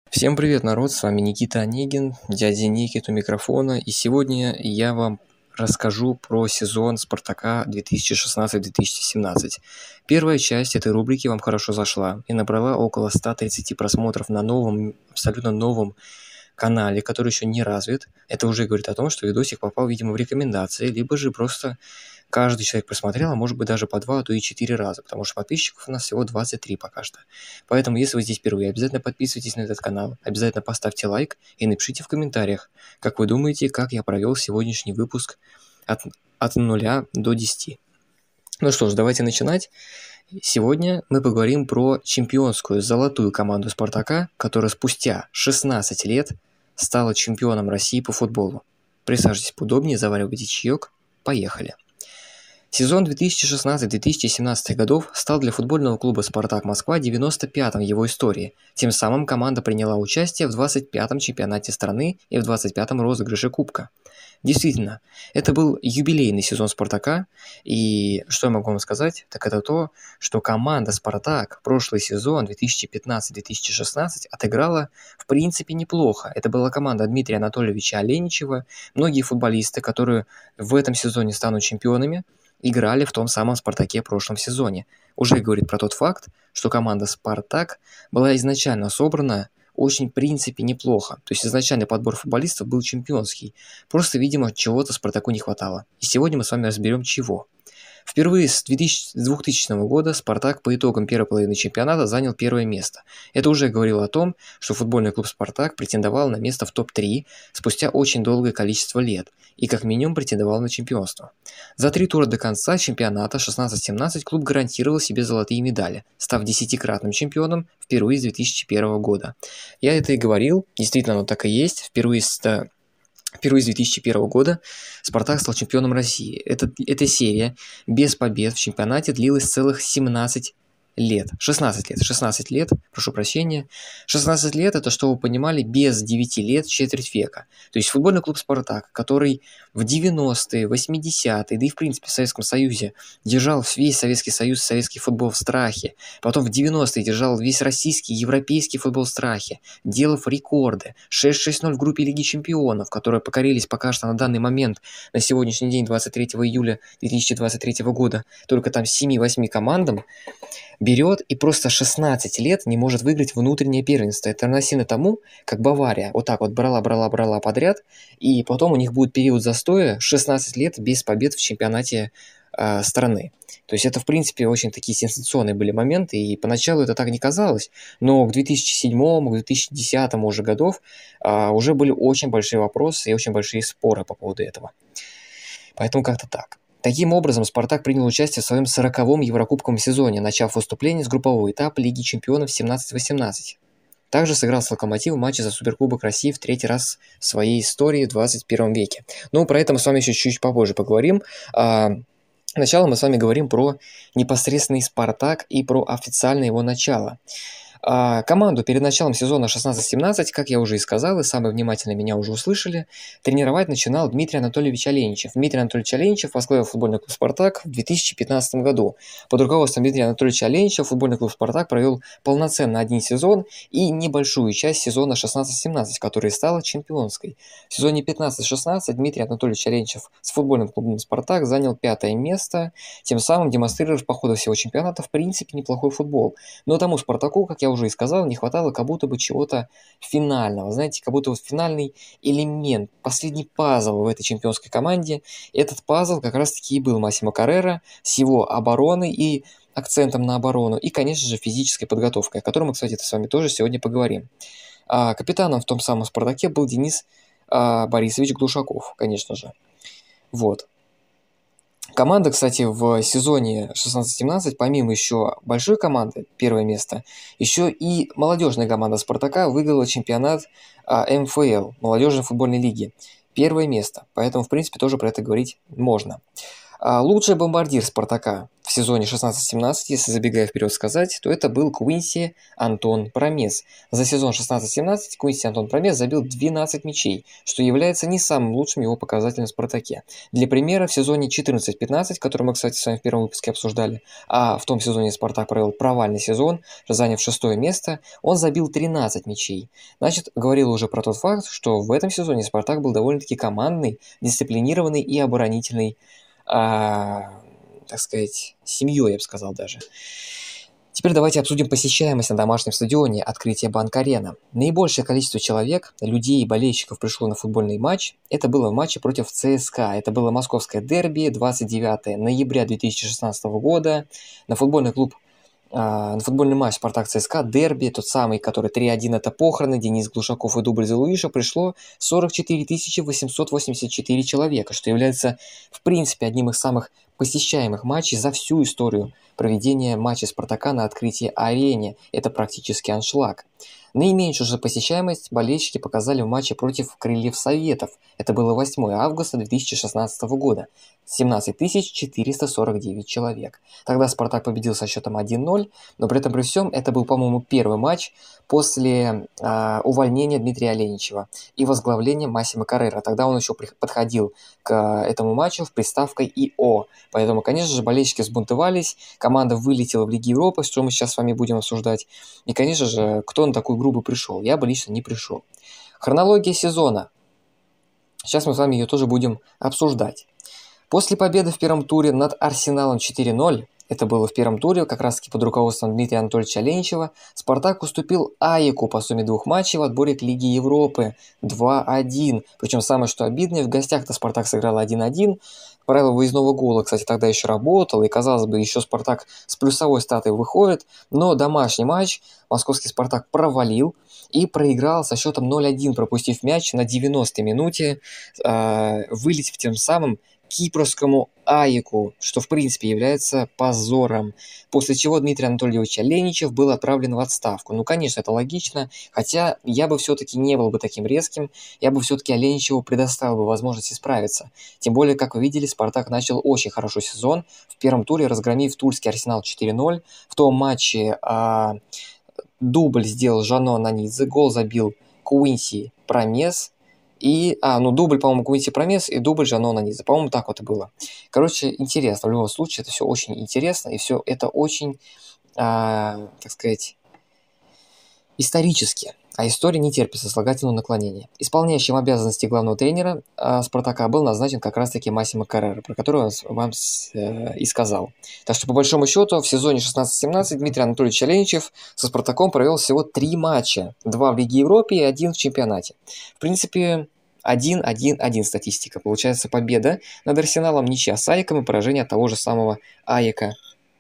Всем привет, народ, с вами Никита Онегин, дядя Никит у микрофона, и сегодня я вам расскажу про сезон Спартака 2016-2017. Первая часть этой рубрики вам хорошо зашла и набрала около 130 просмотров на новом, абсолютно новом канале, который еще не развит. Это уже говорит о том, что видосик попал, видимо, в рекомендации, либо же просто каждый человек просмотрел, а может быть даже по 2, а то и 4 раза, потому что подписчиков у нас всего 23 пока что. Поэтому, если вы здесь впервые, обязательно подписывайтесь на этот канал, обязательно поставьте лайк и напишите в комментариях, как вы думаете, как я провел сегодняшний выпуск от 0 до 10. Ну что ж, давайте начинать. Сегодня мы поговорим про чемпионскую золотую команду «Спартака», которая спустя 16 лет стала чемпионом России по футболу. Присаживайтесь поудобнее, заваривайте чаек. Поехали. Сезон 2016-2017 годов стал для футбольного клуба «Спартак Москва» 95-м в его истории. Тем самым команда приняла участие в 25-м чемпионате страны и в 25-м розыгрыше Кубка. Действительно, это был юбилейный сезон «Спартака», и что я могу вам сказать, так это то, что команда «Спартак» прошлый сезон 2015-2016 отыграла в принципе неплохо. Это была команда Дмитрия Анатольевича Аленичева. Многие футболисты, которые в этом сезоне станут чемпионами, играли в том самом «Спартаке» в прошлом сезоне. Уже говорит про тот факт, что команда «Спартак» была изначально собрана очень, в принципе, неплохо. То есть изначальный подбор футболистов был чемпионский. Просто, видимо, чего-то «Спартаку» не хватало. И сегодня мы с вами разберем, чего. Впервые с 2000 года «Спартак» по итогам первой половины чемпионата занял первое место. Это уже говорило о том, что футбольный клуб «Спартак» претендовал на место в топ-3 спустя очень долгое количество лет и как минимум претендовал на чемпионство. За 3 тура до конца чемпионата 16-17 клуб гарантировал себе золотые медали, став 10-кратным чемпионом впервые с 2001 года. Я это и говорил, действительно оно так и есть, впервые с 2001 года «Спартак» стал чемпионом России. Эта серия без побед в чемпионате длилась целых 16 лет, прошу прощения. 16 лет – это, что вы понимали, без 9 лет четверть века. То есть футбольный клуб «Спартак», который в 90-е, 80-е, да и в принципе в Советском Союзе держал весь Советский Союз, советский футбол в страхе, потом в 90-е держал весь российский, европейский футбол в страхе, делав рекорды, 6-6-0 в группе Лиги Чемпионов, которые покорились пока что на данный момент, на сегодняшний день, 23 июля 2023 года, только там 7-8 командам, берет и просто 16 лет не может выиграть внутреннее первенство. Это равносильно тому, как Бавария вот так вот брала подряд, и потом у них будет период застоя 16 лет без побед в чемпионате страны. То есть это, в принципе, очень такие сенсационные были моменты, и поначалу это так не казалось, но к 2007, к 2010 уже годов уже были очень большие вопросы и очень большие споры по поводу этого. Поэтому как-то так. Таким образом, «Спартак» принял участие в своем 40-м Еврокубковом сезоне, начав выступление с группового этапа Лиги Чемпионов 17-18. Также сыграл с «Локомотивом» матчи за Суперкубок России в третий раз в своей истории в 21 веке. Но про это мы с вами еще чуть попозже поговорим. Сначала мы с вами говорим про непосредственный «Спартак» и про официальное его начало. Команду перед началом сезона 16-17, как я уже и сказал, и самые внимательно меня уже услышали, тренировать начинал Дмитрий Анатольевич Аленичев. Дмитрий Анатольевич Аленичев возглавил футбольный клуб «Спартак» в 2015 году. Под руководством Дмитрия Анатольевича Аленичева футбольный клуб «Спартак» провел полноценно один сезон и небольшую часть сезона 16-17, которая стала чемпионской. В сезоне 15-16 Дмитрий Анатольевич Аленичев с футбольным клубом «Спартак» занял 5-е место, тем самым демонстрируя по ходу всего чемпионата в принципе неплохой футбол. Но тому «Спартаку», как я уже и сказал, не хватало как будто бы чего-то финального, знаете, как будто вот финальный элемент, последний пазл в этой чемпионской команде. Этот пазл как раз-таки и был Массимо Каррера с его обороной и акцентом на оборону, и, конечно же, физической подготовкой, о которой мы, кстати, с вами тоже сегодня поговорим. Капитаном в том самом «Спартаке» был Денис Борисович Глушаков, конечно же. Вот. Команда, кстати, в сезоне 16-17, помимо еще большой команды, первое место, еще и молодежная команда «Спартака» выиграла чемпионат МФЛ, молодежной футбольной лиги. Первое место, поэтому, в принципе, тоже про это говорить можно. Лучший бомбардир «Спартака» в сезоне 16-17, если забегая вперед сказать, то это был Квинси Антон Промес. За сезон 16-17 Квинси Антон Промес забил 12 мячей, что является не самым лучшим его показателем в «Спартаке». Для примера, в сезоне 14-15, который мы, кстати, с вами в первом выпуске обсуждали, а в том сезоне «Спартак» провел провальный сезон, заняв 6-е место, он забил 13 мячей. Значит, говорил уже про тот факт, что в этом сезоне «Спартак» был довольно-таки командный, дисциплинированный и оборонительный, так сказать, семьей, я бы сказал даже. Теперь давайте обсудим посещаемость на домашнем стадионе открытия Банк-Арена. Наибольшее количество человек, людей и болельщиков пришло на футбольный матч. Это было в матче против ЦСКА. Это было московское дерби, 29 ноября 2016 года. На футбольный матч «Спартак ЦСКА», дерби, тот самый, который 3-1 это похороны, Денис Глушаков и дубль Зелуиша, пришло 44 884 человека, что является, в принципе, одним из самых посещаемых матчей за всю историю проведения матча «Спартака» на открытии арене. Это практически аншлаг. Наименьшую же посещаемость болельщики показали в матче против Крыльев Советов. Это было 8 августа 2016 года. 17 449 человек. Тогда «Спартак» победил со счетом 1-0, но при этом при всем это был, по-моему, первый матч после увольнения Дмитрия Оленичева и возглавления Массимо Каррера. Тогда он еще подходил к этому матчу в приставкой «ИО». Поэтому, конечно же, болельщики взбунтовались, команда вылетела в Лиге Европы, что мы сейчас с вами будем обсуждать. И, конечно же, кто на такую игру бы пришел? Я бы лично не пришел. Хронология сезона. Сейчас мы с вами ее тоже будем обсуждать. После победы в первом туре над Арсеналом 4-0, это было в первом туре, как раз таки под руководством Дмитрия Анатольевича Оленичева, «Спартак» уступил АЕКу по сумме 2 матчей в отборе к Лиге Европы 2-1. Причем самое что обидное, в гостях-то «Спартак» сыграл 1-1. Правило выездного гола, кстати, тогда еще работало, и, казалось бы, еще «Спартак» с плюсовой статой выходит, но домашний матч московский «Спартак» провалил и проиграл со счетом 0-1, пропустив мяч на 90-й минуте, вылетев тем самым кипрскому АЕКу, что в принципе является позором, после чего Дмитрий Анатольевич Оленичев был отправлен в отставку. Ну, конечно, это логично, хотя я бы все-таки не был бы таким резким, я бы все-таки Оленичеву предоставил бы возможность исправиться. Тем более, как вы видели, «Спартак» начал очень хороший сезон, в первом туре разгромив тульский «Арсенал» 4-0, в том матче дубль сделал Жано Нанидзе, гол забил Квинси Промес, и, дубль, по-моему, Квинси Промес и дубль Жано Нанидзе. По-моему, так вот и было. Короче, интересно. В любом случае, это все очень интересно, и все это очень, так сказать, исторически. А история не терпит сослагательного наклонения. Исполняющим обязанности главного тренера «Спартака» был назначен как раз-таки Массимо Каррера, про которого я вам и сказал. Так что, по большому счету, в сезоне 16-17 Дмитрий Анатольевич Оленичев со «Спартаком» провел всего 3 матча. 2 в Лиге Европы и 1 в чемпионате. В принципе, 1-1-1 статистика. Получается победа над Арсеналом, ничья с АЕКом и поражение от того же самого АЕКа.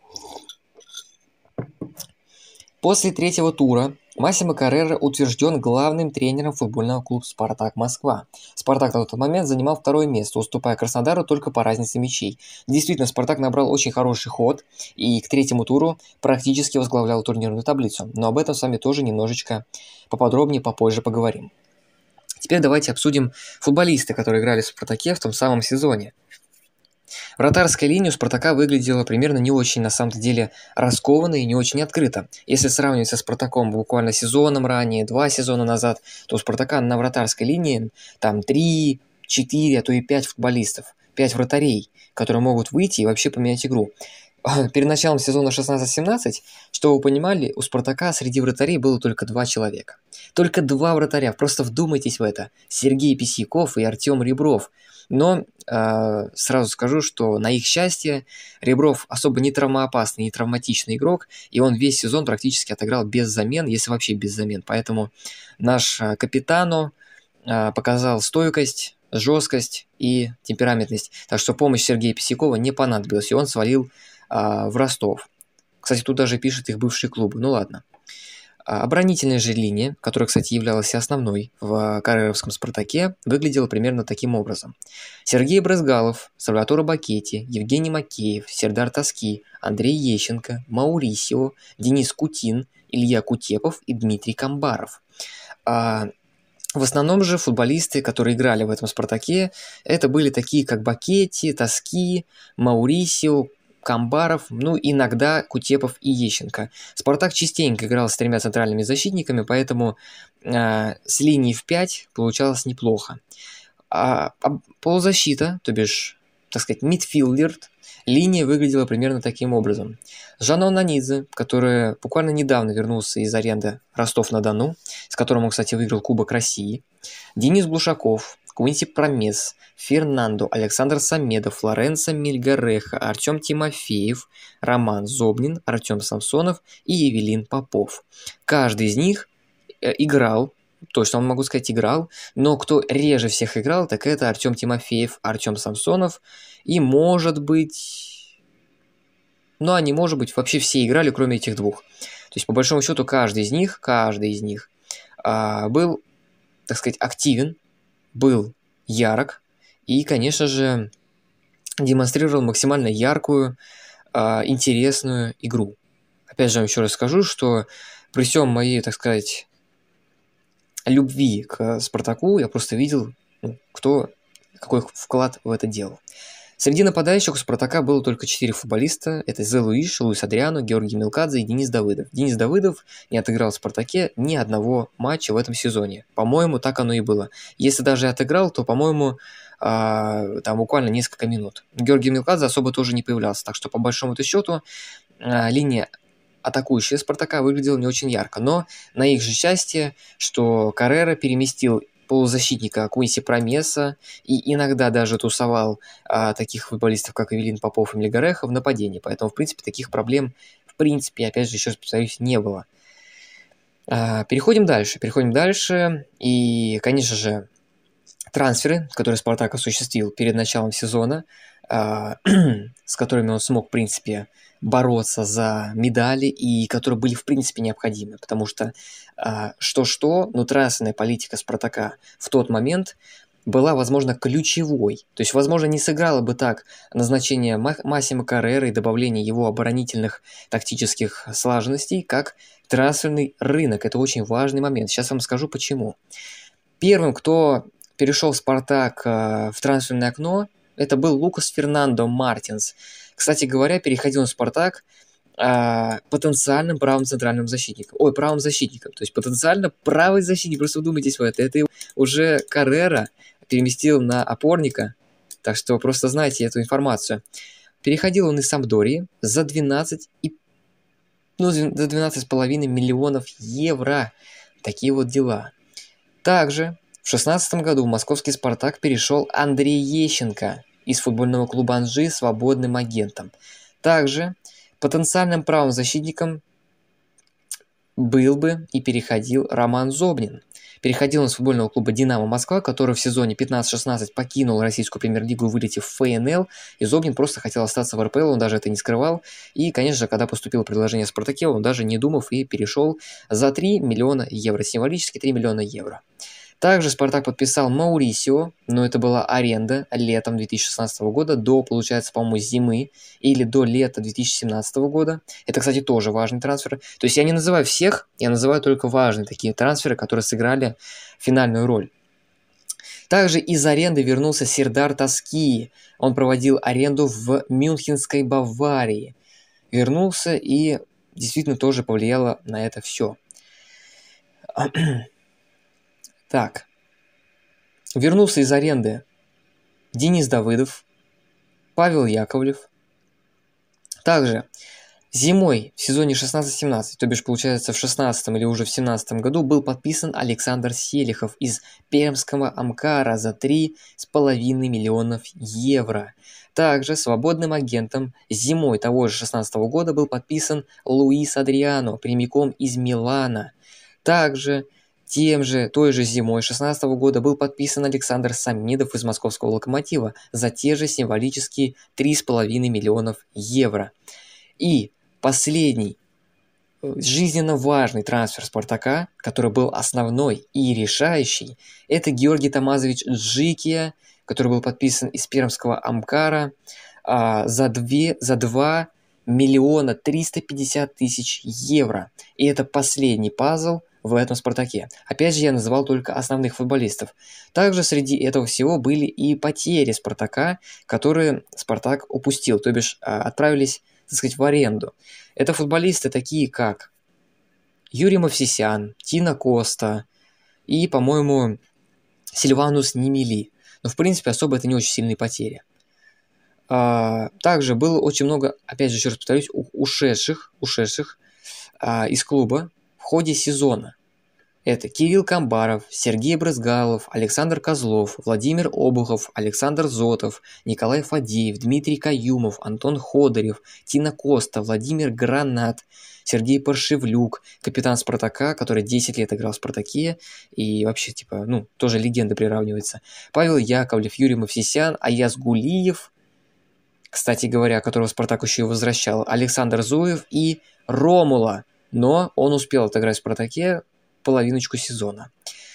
После 3-го тура Массимо Каррера утвержден главным тренером футбольного клуба «Спартак Москва». «Спартак» на тот момент занимал 2-е место, уступая Краснодару только по разнице мячей. Действительно, «Спартак» набрал очень хороший ход и к 3-му туру практически возглавлял турнирную таблицу. Но об этом с вами тоже немножечко поподробнее попозже поговорим. Теперь давайте обсудим футболисты, которые играли в «Спартаке» в том самом сезоне. Вратарская линия у «Спартака» выглядела примерно не очень, на самом деле, раскованно и не очень открыто. Если сравнивать со «Спартаком» буквально сезоном ранее, 2 сезона назад, то у «Спартака» на вратарской линии там 3, 4, а то и 5 футболистов, 5 вратарей, которые могут выйти и вообще поменять игру. Перед началом сезона 16-17, что вы понимали, у «Спартака» среди вратарей было только 2 человека. Только 2 вратаря, просто вдумайтесь в это. Сергей Письяков и Артем Ребров. Но сразу скажу, что на их счастье Ребров особо не травмоопасный, не травматичный игрок, и он весь сезон практически отыграл без замен, если вообще без замен. Поэтому наш капитану показал стойкость, жесткость и темпераментность. Так что помощь Сергея Письякова не понадобилась, и он свалил в Ростов. Кстати, тут даже пишет их бывшие клубы. Ну ладно. Оборонительная же линия, которая, кстати, являлась основной в карреровском «Спартаке», выглядела примерно таким образом. Сергей Брызгалов, Сальваторе Бакетти, Евгений Макеев, Сердар Тоски, Андрей Ещенко, Маурисио, Денис Кутин, Илья Кутепов и Дмитрий Камбаров. В основном же футболисты, которые играли в этом «Спартаке», это были такие, как Бакетти, Тоски, Маурисио, Камбаров, ну, иногда Кутепов и Ещенко. «Спартак» частенько играл с тремя центральными защитниками, поэтому с линии в 5 получалось неплохо. Полузащита, то бишь, так сказать, мидфилдер, линия выглядела примерно таким образом. Жанна Нанидзе, который буквально недавно вернулся из аренды Ростов-на-Дону, с которым он, кстати, выиграл Кубок России, Денис Глушаков, Куинси Промес, Фернандо, Александр Самедов, Флоренцо Мельгареха, Артем Тимофеев, Роман Зобнин, Артем Самсонов и Евелин Попов. Каждый из них играл, точно могу сказать, играл, но кто реже всех играл, так это Артем Тимофеев, Артем Самсонов и, может быть, ну, а не может быть, вообще все играли, кроме этих двух. То есть, по большому счету, каждый из них был, так сказать, активен, был ярок и, конечно же, демонстрировал максимально яркую, интересную игру. Опять же, еще раз скажу, что при всем моей, так сказать, любви к «Спартаку» я просто видел, какой вклад в это делал. Среди нападающих у «Спартака» было только 4 футболиста. Это Зе Луиш, Луис Адриано, Георгий Мелкадзе и Денис Давыдов. Денис Давыдов не отыграл в «Спартаке» ни одного матча в этом сезоне. По-моему, так оно и было. Если даже отыграл, то, по-моему, там буквально несколько минут. Георгий Мелкадзе особо тоже не появлялся. Так что, по большому-то счету, линия атакующая «Спартака» выглядела не очень ярко. Но на их же счастье, что Каррера переместил полузащитника Куинси Промеса и иногда даже тусовал таких футболистов, как Евелин Попов и Мельгареха в нападении. Поэтому, в принципе, таких проблем, опять же, еще раз повторюсь, не было. Переходим дальше. И, конечно же, трансферы, которые «Спартак» осуществил перед началом сезона, с которыми он смог, в принципе, бороться за медали и которые были, в принципе, необходимы. Потому что но трансферная политика «Спартака» в тот момент была, возможно, ключевой. То есть, возможно, не сыграло бы так назначение Массимо Карреры и добавление его оборонительных тактических слаженностей, как трансферный рынок. Это очень важный момент. Сейчас вам скажу, почему. Первым, кто перешел в «Спартак» в трансферное окно, это был Лукас Фернандо Мартинс. Кстати говоря, переходил в «Спартак» потенциальным правым центральным защитником. Правым защитником. То есть потенциально правый защитник. Просто вдумайтесь в это. Это уже Каррера переместил на опорника. Так что просто знайте эту информацию. Переходил он из Сампдории за 12,5 миллионов евро. Такие вот дела. Также в 2016 году в московский «Спартак» перешел Андрей Ещенко из футбольного клуба «Анжи» свободным агентом. Также потенциальным правым защитником был бы и переходил Роман Зобнин. Переходил он с футбольного клуба «Динамо Москва», который в сезоне 15-16 покинул российскую премьер-лигу, вылетев в ФНЛ, и Зобнин просто хотел остаться в РПЛ, он даже это не скрывал. И, конечно же, когда поступило предложение в «Спартаке», он даже не думав и перешел за 3 миллиона евро, символически 3 миллиона евро. Также «Спартак» подписал Маурисио, но это была аренда летом 2016 года до, получается, по-моему, зимы или до лета 2017 года. Это, кстати, тоже важный трансфер. То есть я не называю всех, я называю только важные такие трансферы, которые сыграли финальную роль. Также из аренды вернулся Сердар Тоски. Он проводил аренду в Мюнхенской Баварии. Вернулся и действительно тоже повлияло на это все. Так, вернулся из аренды Денис Давыдов, Павел Яковлев. Также зимой в сезоне 16-17, то бишь получается в 16 или уже в 17 году, был подписан Александр Селихов из пермского Амкара за 3,5 миллионов евро. Также свободным агентом зимой того же 16 года был подписан Луис Адриано прямиком из Милана. Также той же зимой 2016 года был подписан Александр Самедов из московского «Локомотива» за те же символические 3,5 миллионов евро. И последний, жизненно важный трансфер «Спартака», который был основной и решающий, это Георгий Тамазович Джикия, который был подписан из пермского Амкара за 2 миллиона 350 тысяч евро. И это последний пазл в этом «Спартаке». Опять же, я называл только основных футболистов. Также среди этого всего были и потери «Спартака», которые «Спартак» упустил, то бишь отправились, так сказать, в аренду. Это футболисты такие, как Юрий Мовсисян, Тина Коста и, по-моему, Сильванус Немили. Но, в принципе, особо это не очень сильные потери. Также было очень много, опять же, еще раз повторюсь, ушедших из клуба в ходе сезона. Это Кирилл Камбаров, Сергей Брызгалов, Александр Козлов, Владимир Обухов, Александр Зотов, Николай Фадеев, Дмитрий Каюмов, Антон Ходырев, Тина Коста, Владимир Гранат, Сергей Паршевлюк, капитан «Спартака», который 10 лет играл в «Спартаке» и вообще, тоже легенда приравнивается. Павел Яковлев, Юрий Мовсисян, Аяз Гулиев, кстати говоря, которого «Спартак» еще и возвращал, Александр Зуев и Ромула. Но он успел отыграть в «Спартаке» половиночку сезона.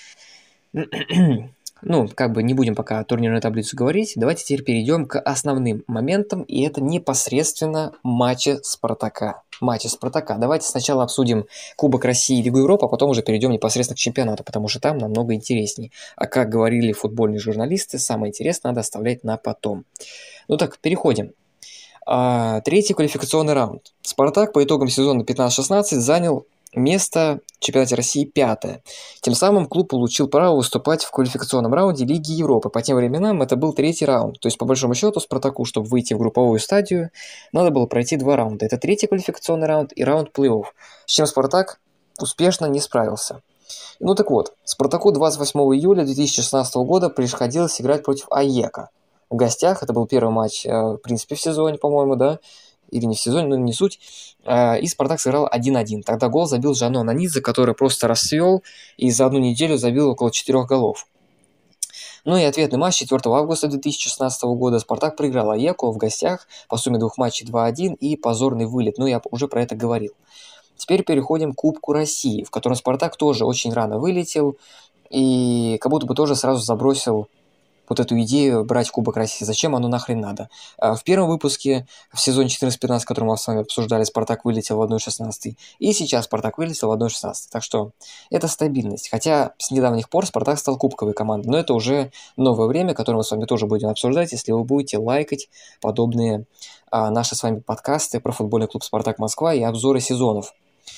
Не будем пока о турнирной таблице говорить. Давайте теперь перейдем к основным моментам, и это непосредственно матчи «Спартака». Давайте сначала обсудим Кубок России и Лигу Европы, а потом уже перейдем непосредственно к чемпионату, потому что там намного интересней. А как говорили футбольные журналисты, самое интересное надо оставлять на потом. Переходим. Третий квалификационный раунд. «Спартак» по итогам сезона 15-16 занял место в чемпионате России 5-е. Тем самым клуб получил право выступать в квалификационном раунде Лиги Европы. По тем временам это был 3-й раунд. То есть, по большому счету, «Спартаку», чтобы выйти в групповую стадию, надо было пройти 2 раунда. Это 3-й квалификационный раунд и раунд плей-офф, с чем «Спартак» успешно не справился. «Спартаку» 28 июля 2016 года приходилось играть против АЕКа. В гостях, это был первый матч, в принципе, в сезоне, по-моему, да? Или не в сезоне, но не суть. И «Спартак» сыграл 1-1. Тогда гол забил Жано Нанидзе, который просто расцвел и за одну неделю забил около 4 голов. И ответный матч 4 августа 2016 года. «Спартак» проиграл АЕКу в гостях по сумме 2 матчей 2-1 и позорный вылет. Я уже про это говорил. Теперь переходим к Кубку России, в котором «Спартак» тоже очень рано вылетел и как будто бы тоже сразу забросил эту идею брать Кубок России. Зачем оно нахрен надо? В первом выпуске в сезоне 14-15, который мы с вами обсуждали, «Спартак» вылетел в 1/16. И сейчас «Спартак» вылетел в 1/16. Так что это стабильность. Хотя с недавних пор «Спартак» стал кубковой командой. Но это уже новое время, которое мы с вами тоже будем обсуждать, если вы будете лайкать подобные наши с вами подкасты про футбольный клуб «Спартак Москва» и обзоры сезонов.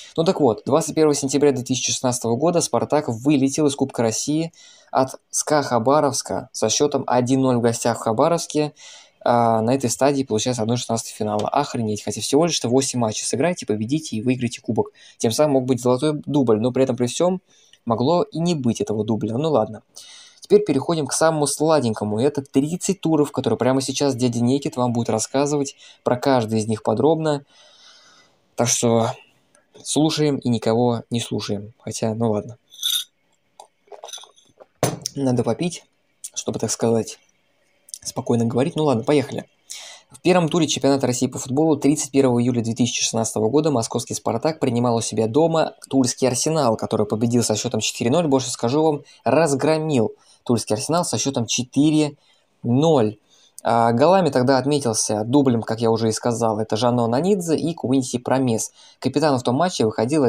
21 сентября 2016 года «Спартак» вылетел из Кубка России от СКА Хабаровска со счетом 1-0 в гостях в Хабаровске. На этой стадии получается 1/16 финала. Охренеть, хотя всего лишь 8 матчей сыграйте, победите и выиграете кубок. Тем самым мог быть золотой дубль, но при этом при всем могло и не быть этого дубля. Ладно. Теперь переходим к самому сладенькому. Это 30 туров, которые прямо сейчас дядя Никит вам будет рассказывать про каждый из них подробно. Так что слушаем и никого не слушаем. Хотя, ладно. Надо попить, чтобы, так сказать, спокойно говорить. Ладно, поехали. В первом туре чемпионата России по футболу 31 июля 2016 года московский «Спартак» принимал у себя дома тульский «Арсенал», который победил со счетом 4-0. Больше скажу вам, разгромил тульский «Арсенал» со счетом 4-0. Голами тогда отметился дублем, как я уже и сказал, это Жано Нанидзе и Квинси Промес. Капитаном в том матче выходил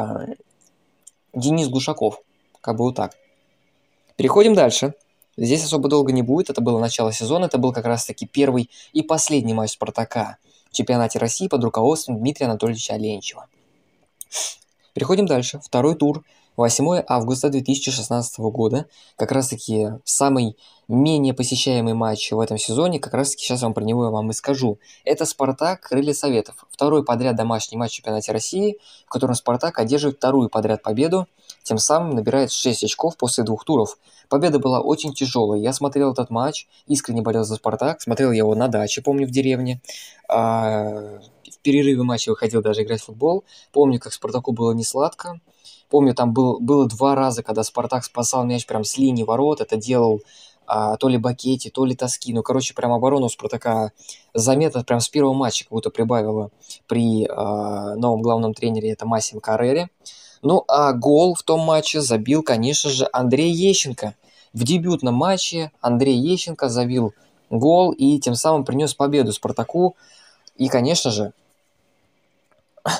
Денис Глушаков. Так. Переходим дальше. Здесь особо долго не будет, это было начало сезона, это был как раз-таки первый и последний матч «Спартака» в чемпионате России под руководством Дмитрия Анатольевича Аленичева. Переходим дальше. Второй тур. 8 августа 2016 года. Как раз-таки самый менее посещаемый матч в этом сезоне. Как раз-таки сейчас вам про него вам и скажу. Это «Спартак» Крылья Советов. Второй подряд домашний матч в чемпионате России, в котором «Спартак» одерживает вторую подряд победу. Тем самым набирает 6 очков после 2 туров. Победа была очень тяжелой. Я смотрел этот матч, искренне болел за «Спартак». Смотрел я его на даче, помню, в деревне. В перерыве матча выходил даже играть в футбол. Помню, как «Спартаку» было несладко. Помню, там было 2 раза, когда «Спартак» спасал мяч прям с линии ворот. Это делал то ли Бакетти, то ли Тоски. Прям оборону «Спартака» заметно прям с первого матча как будто прибавила при новом главном тренере, это Массимо Каррери. А гол в том матче забил, конечно же, Андрей Ещенко. В дебютном матче Андрей Ещенко забил гол и тем самым принес победу «Спартаку». И, конечно же,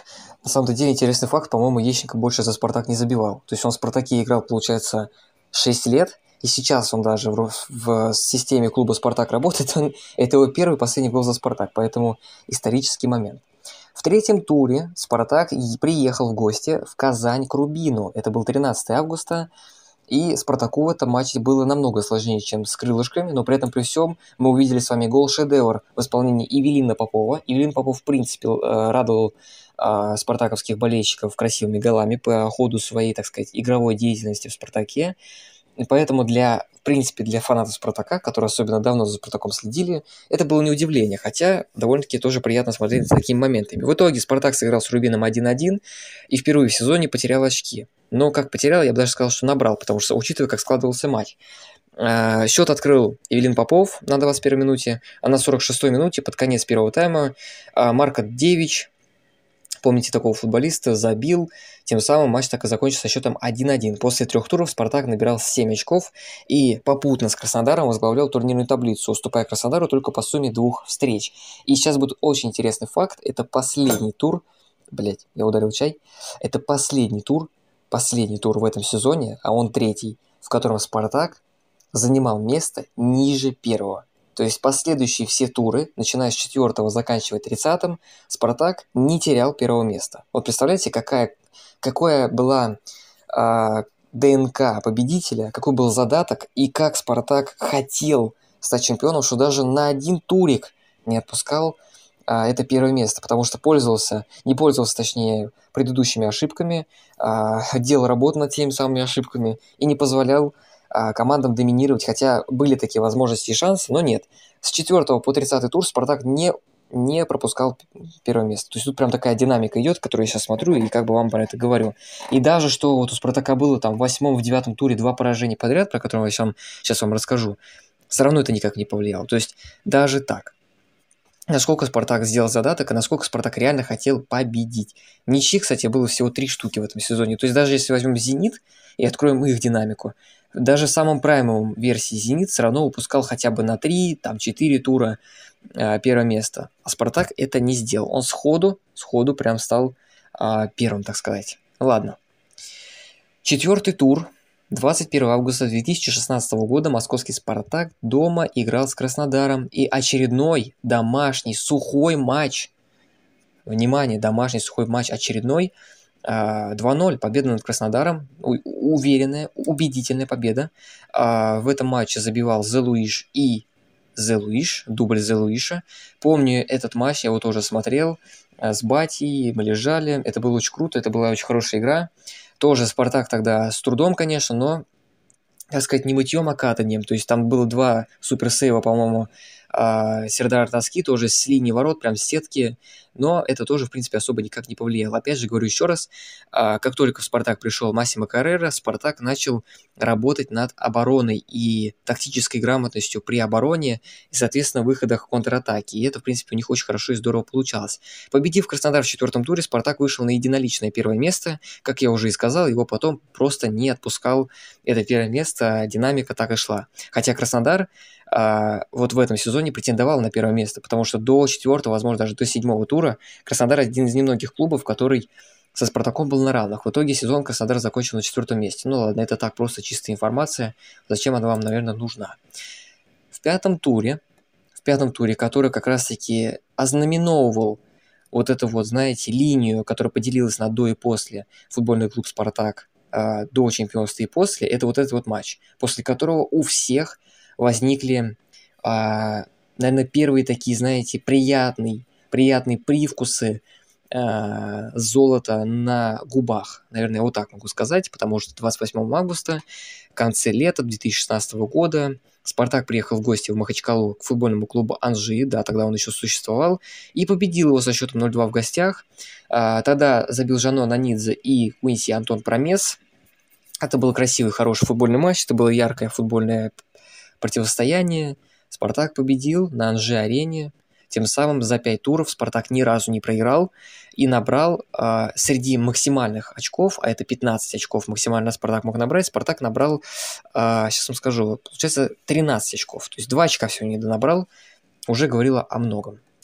На самом деле интересный факт, по-моему, Ещенко больше за «Спартак» не забивал. То есть он в «Спартаке» играл, получается, 6 лет, и сейчас он даже в системе клуба «Спартак» работает. Это его первый и последний гол за «Спартак», поэтому исторический момент. В третьем туре «Спартак» приехал в гости в Казань к «Рубину». Это был 13 августа. И «Спартаку» в этом матче было намного сложнее, чем с «Крылышками», но при этом при всем мы увидели с вами гол-шедевр в исполнении Ивелина Попова. Ивелин Попов, в принципе, радовал спартаковских болельщиков красивыми голами по ходу своей, так сказать, игровой деятельности в «Спартаке». И поэтому в принципе, для фанатов «Спартака», которые особенно давно за «Спартаком» следили, это было не удивление, хотя довольно-таки тоже приятно смотреть за такими моментами. В итоге «Спартак» сыграл с «Рубином» 1-1 и впервые в сезоне потерял очки. Но как потерял, я бы даже сказал, что набрал, потому что, учитывая, как складывался матч. Счет открыл Ивелин Попов на 21-й минуте, а на 46-й минуте, под конец первого тайма, Марко Девич, помните такого футболиста, забил. Тем самым матч так и закончился со счетом 1-1. После 3 туров «Спартак» набирал 7 очков и попутно с Краснодаром возглавлял турнирную таблицу, уступая Краснодару только по сумме 2 встреч. И сейчас будет очень интересный факт. Это последний тур. Блять, я ударил чай. Это последний тур в этом сезоне, а он третий, в котором «Спартак» занимал место ниже первого. То есть последующие все туры, начиная с 4-го, заканчивая 30-м, «Спартак» не терял первого места. Вот представляете, какая была ДНК победителя, какой был задаток, и как «Спартак» хотел стать чемпионом, что даже на один турик не отпускал это первое место, потому что не пользовался, точнее, предыдущими ошибками, делал работу над теми самыми ошибками и не позволял командам доминировать, хотя были такие возможности и шансы, но нет. С 4 по 30 тур «Спартак» не пропускал первое место. То есть тут прям такая динамика идет, которую я сейчас смотрю и как бы вам про это говорю. И даже что вот у «Спартака» было там в 8-м, в 9-м туре 2 поражения подряд, про которые я сейчас вам расскажу, все равно это никак не повлияло. То есть даже так. Насколько «Спартак» сделал задаток, и насколько «Спартак» реально хотел победить. Ничьих, кстати, было всего 3 штуки в этом сезоне. То есть даже если возьмем «Зенит» и откроем их динамику, даже в самом праймовом версии «Зенит» все равно упускал хотя бы на 3, там 4 тура первое место. А «Спартак» это не сделал. Он сходу прям стал первым, так сказать. Ладно. 4-й тур. 21 августа 2016 года московский «Спартак» дома играл с Краснодаром. И очередной домашний сухой матч. Внимание, домашний сухой матч очередной. 2-0, победа над Краснодаром, уверенная, убедительная победа. В этом матче забивал Зелуиш и Зелуиш, дубль Зелуиша. Помню этот матч, я его тоже смотрел с батей, мы лежали, это было очень круто, это была очень хорошая игра. Тоже «Спартак» тогда с трудом, конечно, но, так сказать, не мытьем, а катанием. То есть там было 2 суперсейва, по-моему, Сердар Таски тоже с линии ворот, прям с сетки, но это тоже, в принципе, особо никак не повлияло. Опять же, говорю еще раз, как только в «Спартак» пришел Массимо Каррера, «Спартак» начал работать над обороной и тактической грамотностью при обороне и, соответственно, выходах контратаки. И это, в принципе, у них очень хорошо и здорово получалось. Победив Краснодар в 4-м туре, «Спартак» вышел на единоличное первое место. Как я уже и сказал, его потом просто не отпускал это первое место, динамика так и шла. Хотя Краснодар вот в этом сезоне претендовал на первое место, потому что до 4-го, возможно, даже до 7-го тура Краснодар один из немногих клубов, который со «Спартаком» был на равных. В итоге сезон Краснодар закончил на 4-м месте. Ну ладно, это так, просто чистая информация. Зачем она вам, наверное, нужна? В пятом туре, который как раз-таки ознаменовывал вот эту вот, знаете, линию, которая поделилась на до и после футбольный клуб «Спартак», до чемпионства и после, это вот этот вот матч, после которого у всех возникли, наверное, первые такие, знаете, приятные привкусы золота на губах. Наверное, вот так могу сказать, потому что 28 августа, в конце лета 2016 года, «Спартак» приехал в гости в Махачкалу к футбольному клубу «Анжи», да, тогда он еще существовал, и победил его со счетом 0-2 в гостях. Тогда забил Жано Нанидзе и Куинси Антон Промес. Это был красивый, хороший футбольный матч, это было яркое футбольное противостояние. «Спартак» победил на Анжи-арене. Тем самым за 5 туров «Спартак» ни разу не проиграл и набрал среди максимальных очков, а это 15 очков максимально «Спартак» мог набрать, «Спартак» набрал, сейчас вам скажу, получается 13 очков. То есть 2 очка всего не набрал, уже говорило о многом.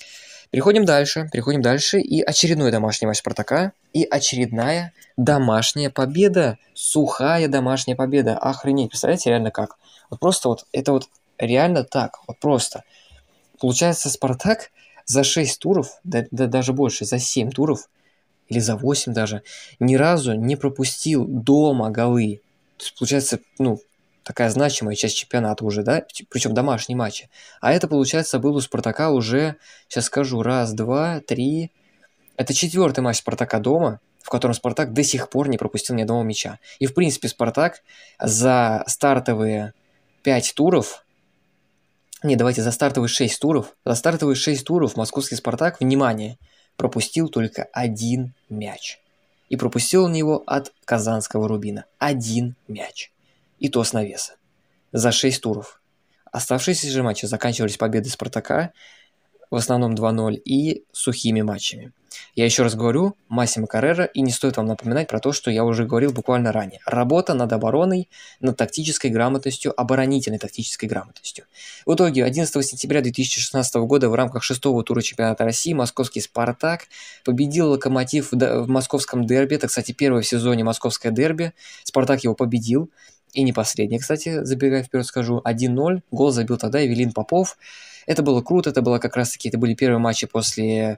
Переходим дальше, и очередной домашний матч Спартака, и очередная домашняя победа, сухая домашняя победа, охренеть, представляете, реально как? Вот просто вот, это вот реально так, вот просто. Получается, Спартак за 6 туров, да даже больше, за 7 туров, или за 8 даже, ни разу не пропустил дома голы. То есть, получается, ну, такая значимая часть чемпионата уже, да, причем домашние матчи. А это, получается, был у Спартака уже, сейчас скажу, раз, два, три. Это 4-й матч Спартака дома, в котором Спартак до сих пор не пропустил ни одного мяча. И, в принципе, Спартак за стартовые 5 туров, не, давайте за стартовые 6 туров, московский Спартак, внимание, пропустил только 1 мяч. И пропустил он его от казанского Рубина. 1 мяч. И то с навеса. За 6 туров. Оставшиеся же матчи заканчивались победой Спартака, в основном 2-0, и сухими матчами. Я еще раз говорю, Массимо Каррера, и не стоит вам напоминать про то, что я уже говорил буквально ранее. Работа над обороной, над тактической грамотностью, оборонительной тактической грамотностью. В итоге 11 сентября 2016 года в рамках 6-го тура чемпионата России московский «Спартак» победил «Локомотив» в московском дерби. Это, кстати, первое в сезоне московское дерби. «Спартак» его победил. И не последний, кстати, забегая вперед скажу, 1-0. Гол забил тогда Эвелин Попов. Это было круто, это было как раз-таки, это были первые матчи после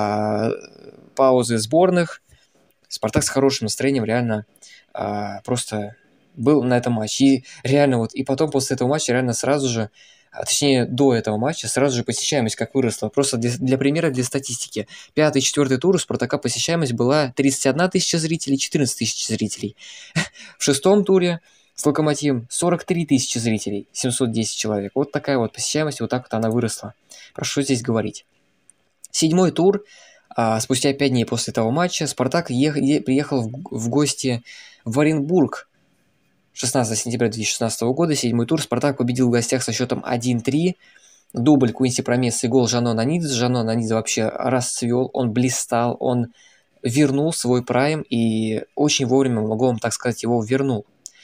паузы сборных. Спартак с хорошим настроением реально просто был на этом матче. И реально вот, и потом после этого матча реально сразу же, точнее до этого матча, сразу же посещаемость как выросла. Просто для примера, для статистики. 5-й, 4-й тур у Спартака посещаемость была 31 тысяча зрителей, 14 тысяч зрителей. В 6-м туре с «Локомотивом» 43 тысячи зрителей, 710 человек. Вот такая вот посещаемость, вот так вот она выросла. Про что здесь говорить? 7-й тур, спустя 5 дней после этого матча, Спартак приехал в гости в Оренбург. 16 сентября 2016 года, 7-й тур, Спартак победил в гостях со счетом 1-3. Дубль Куинси Промесса и гол Жано Нанидзе. Жано Нанидзе вообще расцвел, он блистал, он вернул свой прайм и очень вовремя, могу вам так сказать, его вернул.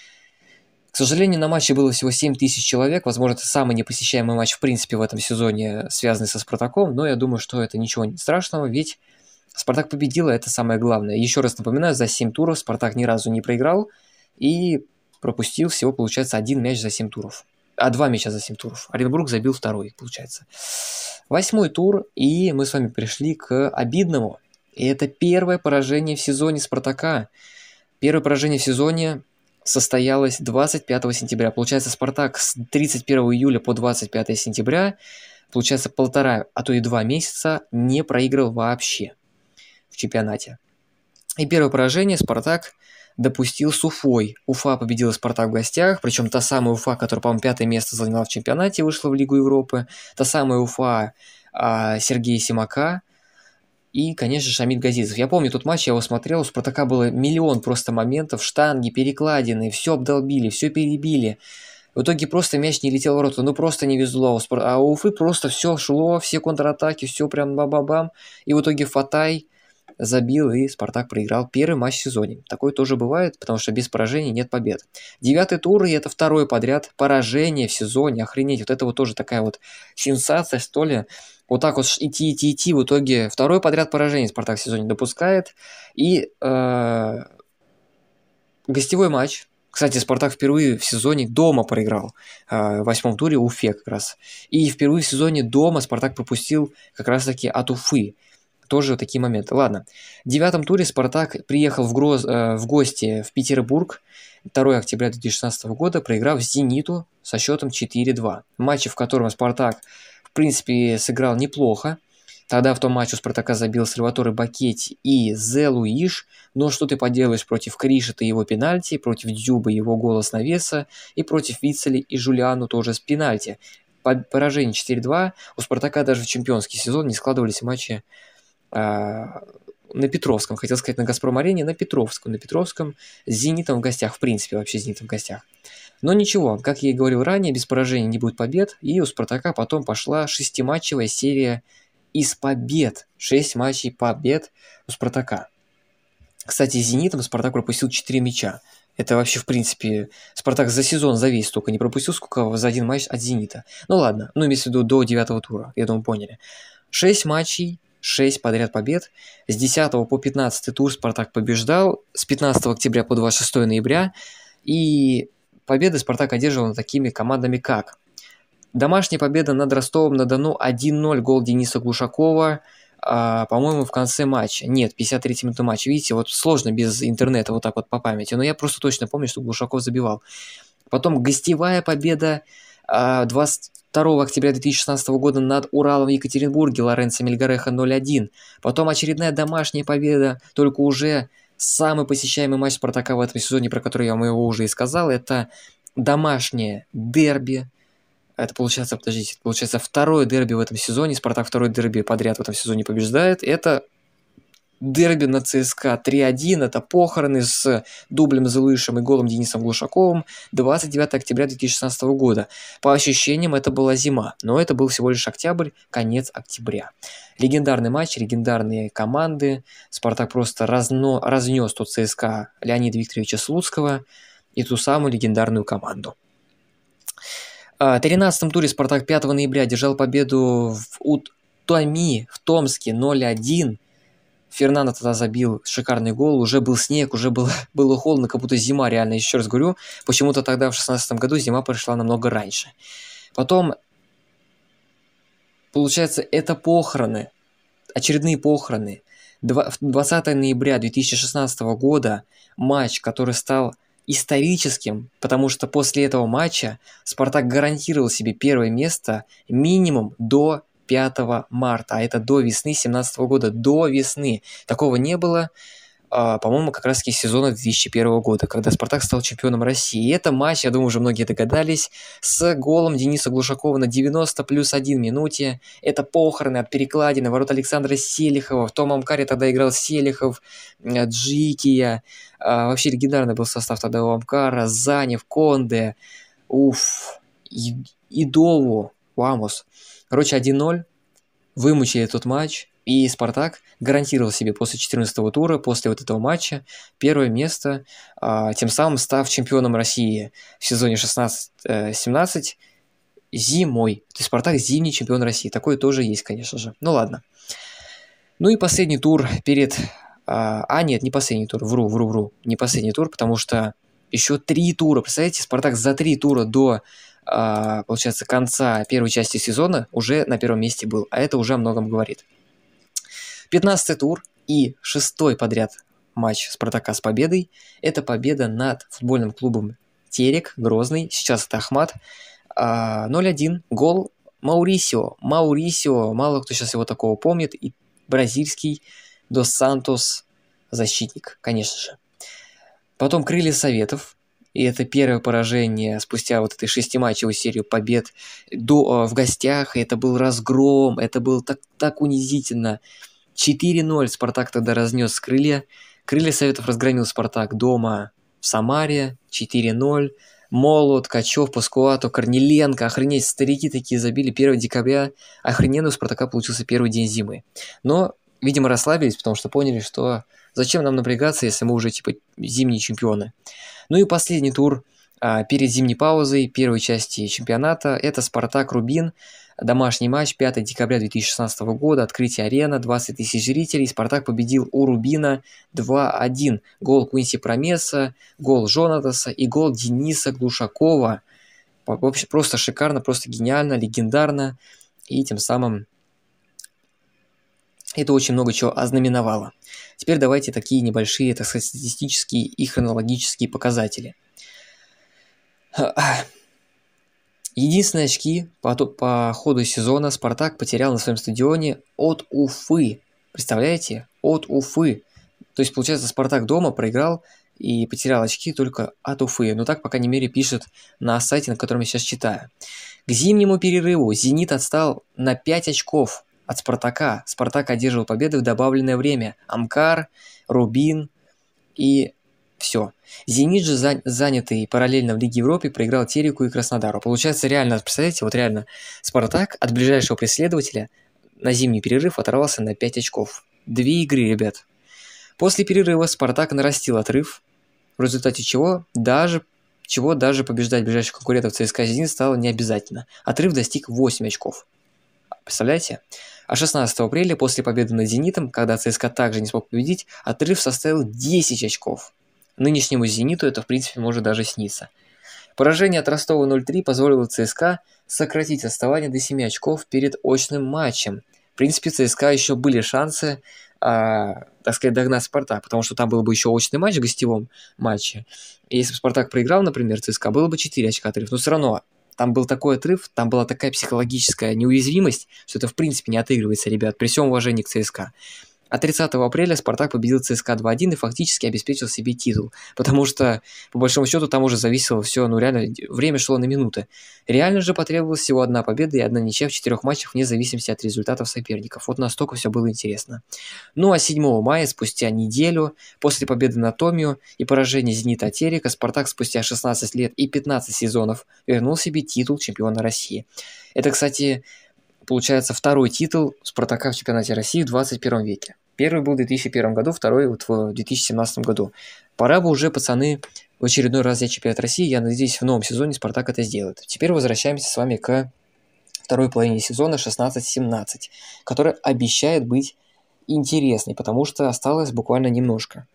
К сожалению, на матче было всего 7 тысяч человек. Возможно, это самый непосещаемый матч в принципе в этом сезоне, связанный со Спартаком. Но я думаю, что это ничего страшного, ведь Спартак победил, это самое главное. Еще раз напоминаю, за 7 туров Спартак ни разу не проиграл и пропустил всего, получается, 1 мяч за 7 туров. 2 мяча за 7 туров. Оренбург забил 2-й, получается. 8-й тур, и мы с вами пришли к обидному. И это первое поражение в сезоне Спартака. Первое поражение в сезоне состоялось 25 сентября. Получается, Спартак с 31 июля по 25 сентября, получается, 1,5, а то и 2 месяца не проиграл вообще в чемпионате. И первое поражение Спартак допустил с Уфой. Уфа победила Спартак в гостях, причем та самая Уфа, которая, по-моему, 5-е место заняла в чемпионате, вышла в Лигу Европы. Та самая Уфа Сергея Симака. И, конечно, Шамиль Газизов. Я помню тот матч, я его смотрел, у Спартака было миллион просто моментов, штанги, перекладины, все обдолбили, все перебили. В итоге просто мяч не летел в ворота, ну просто не везло. А у Уфы просто все шло, все контратаки, все прям бам-бам-бам. И в итоге Фатай забил, и Спартак проиграл первый матч в сезоне. Такое тоже бывает, потому что без поражений нет побед. 9-й тур, и это 2-е подряд поражение в сезоне. Охренеть, вот это вот тоже такая вот сенсация, что ли. Вот так вот идти, в итоге 2-е подряд поражение Спартак в сезоне допускает. И гостевой матч. Кстати, Спартак впервые в сезоне дома проиграл в 8-м туре Уфе как раз. И впервые в сезоне дома Спартак пропустил как раз-таки от Уфы. Тоже такие моменты. Ладно. В 9-м туре Спартак приехал в гости в Петербург 2 октября 2016 года, проиграв «Зениту» со счетом 4-2. Матче, в котором Спартак, в принципе, сыграл неплохо. Тогда в том матче у Спартака забил Сальваторе Бакетти и Зе Луиш. Но что ты поделаешь против Кришета и его пенальти, против Дзюбы его гола с навеса, и против Вицели и Жулиану тоже с пенальти. Поражение 4-2. У Спартака даже в чемпионский сезон не складывались матчи на Петровском, хотел сказать на Газпром-арене, на Петровском с Зенитом в гостях, в принципе, вообще Зенитом в гостях. Но ничего, как я и говорил ранее, без поражений не будет побед, и у Спартака потом пошла 6-матчевая серия из побед. 6 матчей побед у Спартака. Кстати, с Зенитом Спартак пропустил 4 мяча. Это вообще, в принципе, Спартак за сезон, за весь столько не пропустил, сколько за один матч от Зенита. Ну ладно, имеется в виду до 9-го тура, я думаю, поняли. 6 матчей, 6 подряд побед. С 10 по 15 тур «Спартак» побеждал, с 15 октября по 26 ноября. И победы «Спартак» одерживал над такими командами, как домашняя победа над Ростовом-на-Дону 1-0, гол Дениса Глушакова, по-моему, в конце матча. Нет, 53-й минуты матча. Видите, вот сложно без интернета вот так вот по памяти, но я просто точно помню, что Глушаков забивал. Потом гостевая победа 22 октября 2016 года над Уралом в Екатеринбурге, Лоренцо Мельгареха 0-1. Потом очередная домашняя победа, только уже самый посещаемый матч «Спартака» в этом сезоне, про который я вам его уже и сказал, это домашнее дерби. Это получается, подождите, получается второе дерби в этом сезоне. «Спартак» второй дерби подряд в этом сезоне побеждает. Это дерби на ЦСКА 3-1. Это похороны с дублем Зелуишем и голом Денисом Глушаковым 29 октября 2016 года. По ощущениям, это была зима, но это был всего лишь октябрь, конец октября. Легендарный матч, легендарные команды. «Спартак» просто разнес тот ЦСКА Леонида Викторовича Слуцкого и ту самую легендарную команду. В 13-м туре «Спартак» 5 ноября одержал победу в Утоми в Томске 0-1. Фернандо тогда забил шикарный гол, уже был снег, уже было холодно, как будто зима, реально, еще раз говорю. Почему-то тогда, в 16 году, зима пришла намного раньше. Потом, получается, это похороны, очередные похороны. 20 ноября 2016 года матч, который стал историческим, потому что после этого матча «Спартак» гарантировал себе первое место минимум до 5 марта, а это до весны 2017 года, до весны. Такого не было, по-моему, как раз-таки сезона 2001 года, когда «Спартак» стал чемпионом России. И это матч, я думаю, уже многие догадались, с голом Дениса Глушакова на 90 плюс 1 минуте. Это похороны от перекладины, ворот Александра Селихова. В том Амкаре тогда играл Селихов, Джикия. Вообще легендарный был состав тогда у Амкара. Занев, Конде, Идову, Вамос. Короче, 1-0. Вымучили тот матч. И «Спартак» гарантировал себе после 14-го тура, после вот этого матча, первое место, тем самым став чемпионом России в сезоне 16-17 зимой. То есть «Спартак» зимний чемпион России. Такое тоже есть, конечно же. Ну ладно. Ну и последний тур перед... нет, не последний тур. Вру. Не последний тур, потому что еще 3 тура. Представляете, «Спартак» за 3 тура до... получается, конца первой части сезона уже на первом месте был. А это уже о многом говорит. 15-й тур и 6-й подряд матч «Спартака» с победой. Это победа над футбольным клубом Терек, Грозный. Сейчас это Ахмат. 0-1. Гол Маурисио. Мало кто сейчас его такого помнит. И бразильский Дос Сантос защитник, конечно же. Потом «Крылья Советов». И это первое поражение спустя вот этой 6-матчевой серию побед в гостях. И это был разгром. Это было так унизительно. 4-0 «Спартак» тогда разнес «Крылья». «Крылья Советов» разгромил «Спартак» дома в Самаре. 4-0. Молот, Ткачев, Паскуато, Корниленко. Охренеть, старики такие забили 1 декабря. Охрененно у «Спартака» получился первый день зимы. Но, видимо, расслабились, потому что поняли, что зачем нам напрягаться, если мы уже типа зимние чемпионы. Ну и последний тур перед зимней паузой первой части чемпионата. Это «Спартак-Рубин». Домашний матч 5 декабря 2016 года. Открытие арена, 20 тысяч зрителей. «Спартак» победил у «Рубина» 2-1. Гол Куинси Промеса, гол Жонатаса и гол Дениса Глушакова. Вообще просто шикарно, просто гениально, легендарно. И тем самым это очень много чего ознаменовало. Теперь давайте такие небольшие, так сказать, статистические и хронологические показатели. Единственные очки по ходу сезона «Спартак» потерял на своем стадионе от Уфы. Представляете? От Уфы. То есть, получается, «Спартак» дома проиграл и потерял очки только от Уфы. Но так, по крайней мере, пишет на сайте, на котором я сейчас читаю. К зимнему перерыву «Зенит» отстал на 5 очков от «Спартака». «Спартак» одерживал победы в добавленное время. «Амкар», «Рубин» и... все. «Зенит» же, занятый параллельно в Лиге Европы, проиграл Тереку и Краснодару. Получается, реально, представляете, вот реально, «Спартак» от ближайшего преследователя на зимний перерыв оторвался на 5 очков. 2 игры, ребят. После перерыва «Спартак» нарастил отрыв, в результате чего даже побеждать ближайших конкурентов ЦСКА «Зенит» стало не обязательно. Отрыв достиг 8 очков. Представляете? А 16 апреля, после победы над «Зенитом», когда ЦСКА также не смог победить, отрыв составил 10 очков. Нынешнему «Зениту» это, в принципе, может даже сниться. Поражение от Ростова 0-3 позволило ЦСКА сократить отставание до 7 очков перед очным матчем. В принципе, ЦСКА еще были шансы, так сказать, догнать «Спартак», потому что там был бы еще очный матч в гостевом матче. И если бы «Спартак» проиграл, например, ЦСКА, было бы 4 очка отрыв. Но все равно там был такой отрыв, там была такая психологическая неуязвимость, что это в принципе не отыгрывается, ребят, при всем уважении к ЦСКА. А 30 апреля «Спартак» победил ЦСКА 2-1 и фактически обеспечил себе титул. Потому что, по большому счету, там уже зависело все, реально, время шло на минуты. Реально же потребовалась всего одна победа и одна ничья в 4 матчах вне зависимости от результатов соперников. Вот настолько все было интересно. Ну а 7 мая, спустя неделю, после победы над Томью и поражения «Зенита» Терека, «Спартак» спустя 16 лет и 15 сезонов вернул себе титул чемпиона России. Это, кстати, получается второй титул «Спартака» в чемпионате России в 21 веке. Первый был в 2001 году, второй вот в 2017 году. Пора бы уже, пацаны, в очередной раз взять чемпионат России. Я надеюсь, в новом сезоне «Спартак» это сделает. Теперь возвращаемся с вами к второй половине сезона 16-17, которая обещает быть интересной, потому что осталось буквально немножко.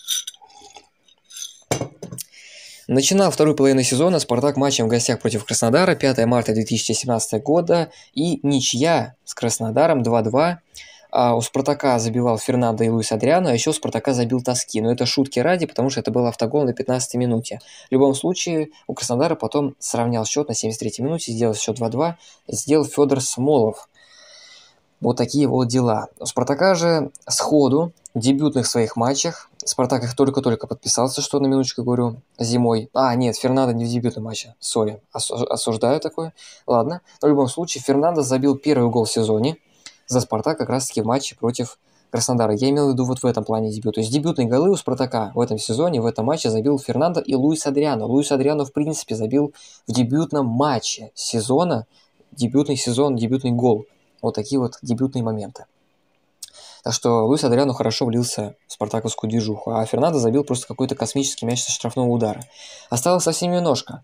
Начинал вторую половину сезона «Спартак» матчем в гостях против Краснодара 5 марта 2017 года и ничья с Краснодаром 2-2. У «Спартака» забивал Фернандо и Луис Адриано, а еще у «Спартака» забил Тоски. Но это шутки ради, потому что это был автогол на 15-й минуте. В любом случае, у Краснодара потом сравнял счет на 73-й минуте, сделал счет 2-2, сделал Федор Смолов. Вот такие вот дела. У «Спартака» же сходу в дебютных своих матчах, «Спартак» их только-только подписался, что на минуточку говорю, зимой. Нет, Фернандо не в дебютном матче, сори, осуждаю такое. Ладно, но в любом случае Фернандо забил первый гол в сезоне за «Спартак» как раз-таки в матче против Краснодара. Я имел в виду вот в этом плане дебют. То есть дебютные голы у «Спартака» в этом сезоне, в этом матче забил Фернандо и Луис Адриано. Луис Адриано, в принципе, забил в дебютном матче сезона, дебютный сезон, дебютный гол. Вот такие вот дебютные моменты. Так что Луис Адриано хорошо влился в спартаковскую движуху, а Фернандо забил просто какой-то космический мяч со штрафного удара. Осталось совсем немножко.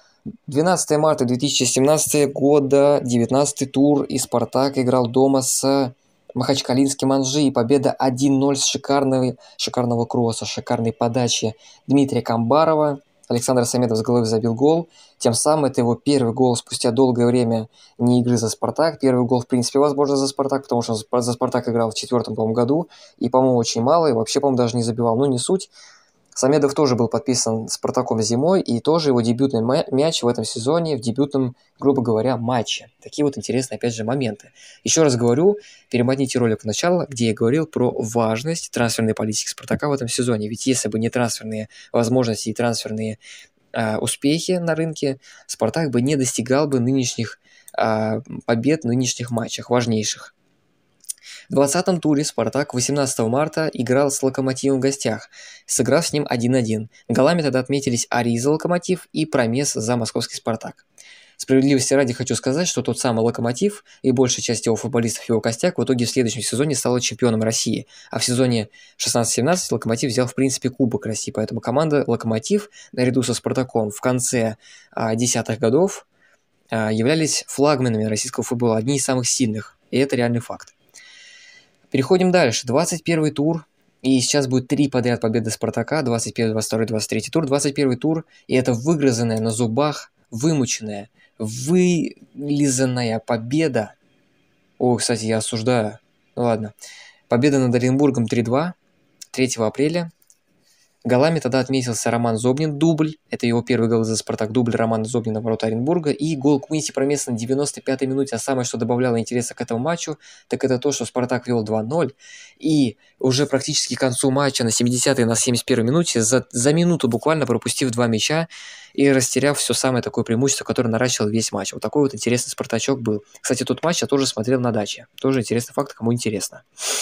12 марта 2017 года, 19-й тур, и «Спартак» играл дома с махачкалинским «Анжи», и победа 1-0 с шикарного кросса, шикарной подачи Дмитрия Камбарова. Александр Самедов с головы забил гол. Тем самым это его первый гол спустя долгое время не игры за «Спартак». Первый гол, в принципе, возможно, за «Спартак», потому что он за «Спартак» играл в 4-м, по-моему, году. И, по-моему, очень мало. И вообще, по-моему, даже не забивал. Ну, не суть. Самедов тоже был подписан «Спартаком» зимой. И тоже его дебютный мяч в этом сезоне, в дебютном, грубо говоря, матче. Такие вот интересные, опять же, моменты. Еще раз говорю, перемотните ролик в начало, где я говорил про важность трансферной политики «Спартака» в этом сезоне. Ведь если бы не трансферные возможности и трансферные успехи на рынке, «Спартак» бы не достигал бы нынешних побед в нынешних матчах, важнейших. В 20-м туре «Спартак» 18 марта играл с «Локомотивом» в гостях, сыграв с ним 1-1. Голами тогда отметились Арий за «Локомотив» и Промес за московский «Спартак». Справедливости ради хочу сказать, что тот самый «Локомотив» и большая часть его футболистов, его костяк, в итоге в следующем сезоне стала чемпионом России. А в сезоне 16-17 «Локомотив» взял, в принципе, Кубок России. Поэтому команда «Локомотив» наряду со «Спартаком» в конце десятых годов являлись флагманами российского футбола, одни из самых сильных. И это реальный факт. Переходим дальше. 21-й тур. И сейчас будет 3 подряд победы «Спартака». 21, 22, 23 тур. 21-й тур. И это выгрызанная на зубах, вымученная, вылизанная победа. Кстати, я осуждаю. Ладно. Победа над Оренбургом 3-2. 3 апреля. Голами тогда отметился Роман Зобнин, дубль. Это его первый гол за «Спартак», дубль Романа Зобнина в ворота Оренбурга. И гол Квинси Промеса на 95-й минуте. А самое, что добавляло интереса к этому матчу, так это то, что «Спартак» вел 2-0. И уже практически к концу матча на 70-й, на 71-й минуте, за минуту буквально пропустив 2 мяча и растеряв все самое такое преимущество, которое наращивал весь матч. Вот такой вот интересный «Спартачок» был. Кстати, тот матч я тоже смотрел на даче. Тоже интересный факт, кому интересно.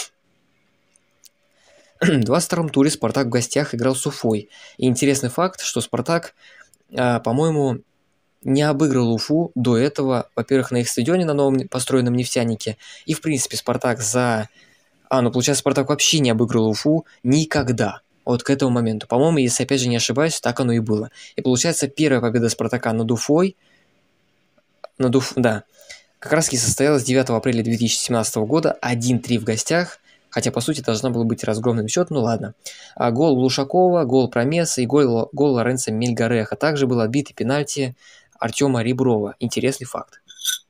В 22-м туре «Спартак» в гостях играл с Уфой. И интересный факт, что «Спартак», по-моему, не обыграл Уфу до этого, во-первых, на их стадионе, на новом построенном «Нефтянике». И, в принципе, «Спартак» получается, «Спартак» вообще не обыграл Уфу никогда. Вот к этому моменту. По-моему, если опять же не ошибаюсь, так оно и было. И получается, первая победа «Спартака» над Уфой, как раз и состоялась 9 апреля 2017 года, 1-3 в гостях, хотя, по сути, должна была быть разгромным счет, ну ладно. Гол Глушакова, гол Промеса и гол Лоренцо Мельгареха. Также был отбит и пенальти Артема Реброва. Интересный факт.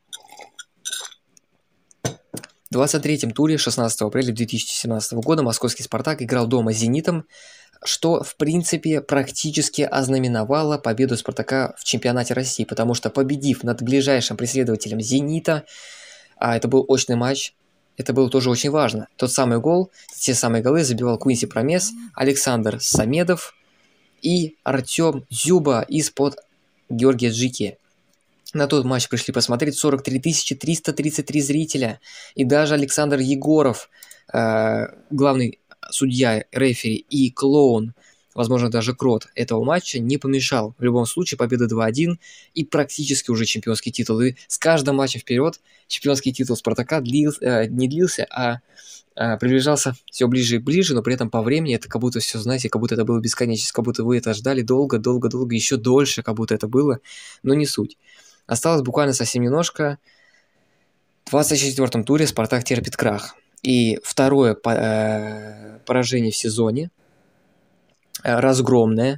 В 23-м туре 16 апреля 2017 года московский «Спартак» играл дома с «Зенитом», что, в принципе, практически ознаменовало победу «Спартака» в чемпионате России, потому что, победив над ближайшим преследователем «Зенита», это был очный матч, это было тоже очень важно. Тот самый гол, те самые голы забивал Квинси Промес, Александр Самедов и Артем Зюба из-под Георгия Джики. На тот матч пришли посмотреть 43 333 зрителя, и даже Александр Егоров, главный судья, рефери и клоун, возможно, даже крот этого матча, не помешал. В любом случае, победа 2-1 и практически уже чемпионский титул. И с каждым матчем вперед чемпионский титул «Спартака» не длился, а приближался все ближе и ближе, но при этом по времени это как будто все, знаете, как будто это было бесконечно, как будто вы это ждали долго, еще дольше, как будто это было, но не суть. Осталось буквально совсем немножко. В 24-м туре «Спартак» терпит крах. И второе поражение в сезоне, разгромное,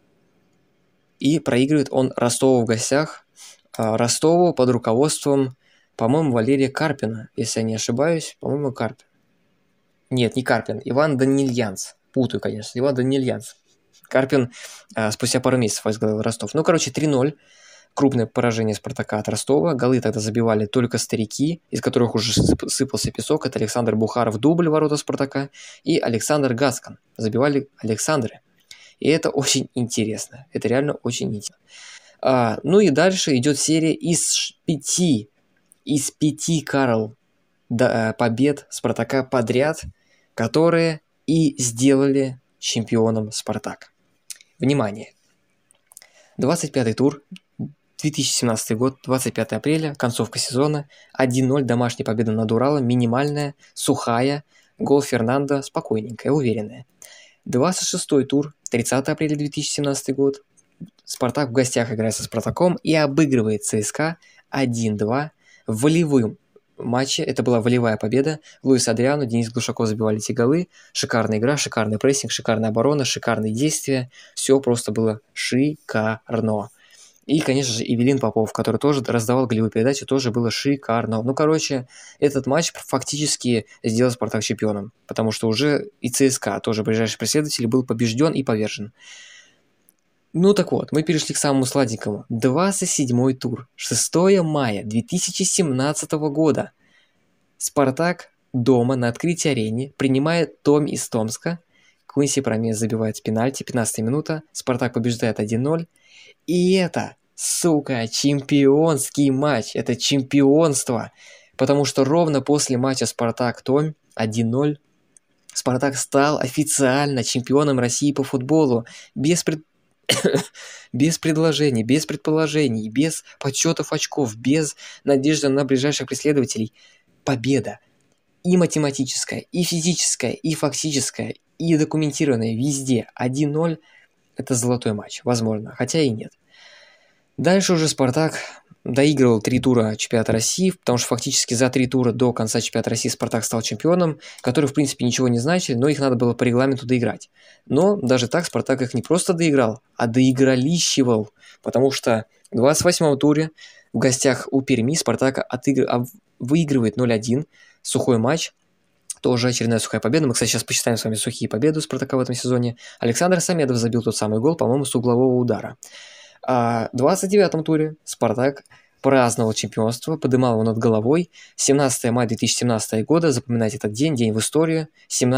и проигрывает он Ростову в гостях. Ростову под руководством, по-моему, Валерия Карпина, если я не ошибаюсь, по-моему, Карпин. Нет, не Карпин, Иван Данильянц. Путаю, конечно, Иван Данильянц. Карпин спустя пару месяцев возглавил Ростов. 3-0. Крупное поражение «Спартака» от Ростова. Голы тогда забивали только старики, из которых уже сыпался песок. Это Александр Бухаров, дубль ворота «Спартака», и Александр Гаскан. Забивали Александры. И это очень интересно. Это реально очень интересно. Ну и дальше идет серия из пяти, Карл, побед «Спартака» подряд, которые и сделали чемпионом «Спартак». Внимание! 25-й тур, 2017 год, 25 апреля, концовка сезона, 1-0, домашняя победа над Уралом, минимальная, сухая, гол Фернандо, спокойненькая, уверенная. 26-й тур, 30 апреля 2017 год, «Спартак» в гостях играет со «Спартаком» и обыгрывает ЦСКА 1-2 в волевом матче. Это была волевая победа. Луис Адриано, Денис Глушаков забивали эти голы. Шикарная игра, шикарный прессинг, шикарная оборона, шикарные действия. Все просто было шикарно. И, конечно же, Эвелин Попов, который тоже раздавал голевые передачи, тоже было шикарно. Этот матч фактически сделал «Спартак» чемпионом, потому что уже и ЦСКА, тоже ближайший преследователь, был побежден и повержен. Так вот, мы перешли к самому сладенькому. 27-й тур, 6 мая 2017 года. «Спартак» дома на открытии арене принимает Томь из Томска. Квинси Промес забивает с пенальти, 15-я минута. «Спартак» побеждает 1-0. И это, чемпионский матч. Это чемпионство. Потому что ровно после матча «Спартак-Томь» 1-0 «Спартак» стал официально чемпионом России по футболу. Без предложений, без предположений, без подсчетов очков, без надежды на ближайших преследователей. Победа. И математическая, и физическая, и фактическая, и документированная везде. 1-0 – это золотой матч, возможно, хотя и нет. Дальше уже «Спартак» доигрывал 3 тура чемпионата России, потому что фактически за 3 тура до конца чемпионата России «Спартак» стал чемпионом, которые, в принципе, ничего не значили, но их надо было по регламенту доиграть. Но даже так «Спартак» их не просто доиграл, а доигралищивал, потому что в 28-м туре в гостях у Перми «Спартак» выигрывает 0-1, сухой матч, тоже очередная сухая победа. Мы, кстати, сейчас посчитаем с вами сухие победы «Спартака» в этом сезоне. Александр Самедов забил тот самый гол, по-моему, с углового удара. В 29-м туре «Спартак» праздновал чемпионство, подымал его над головой. 17 мая 2017 года, запоминайте этот день, день в истории.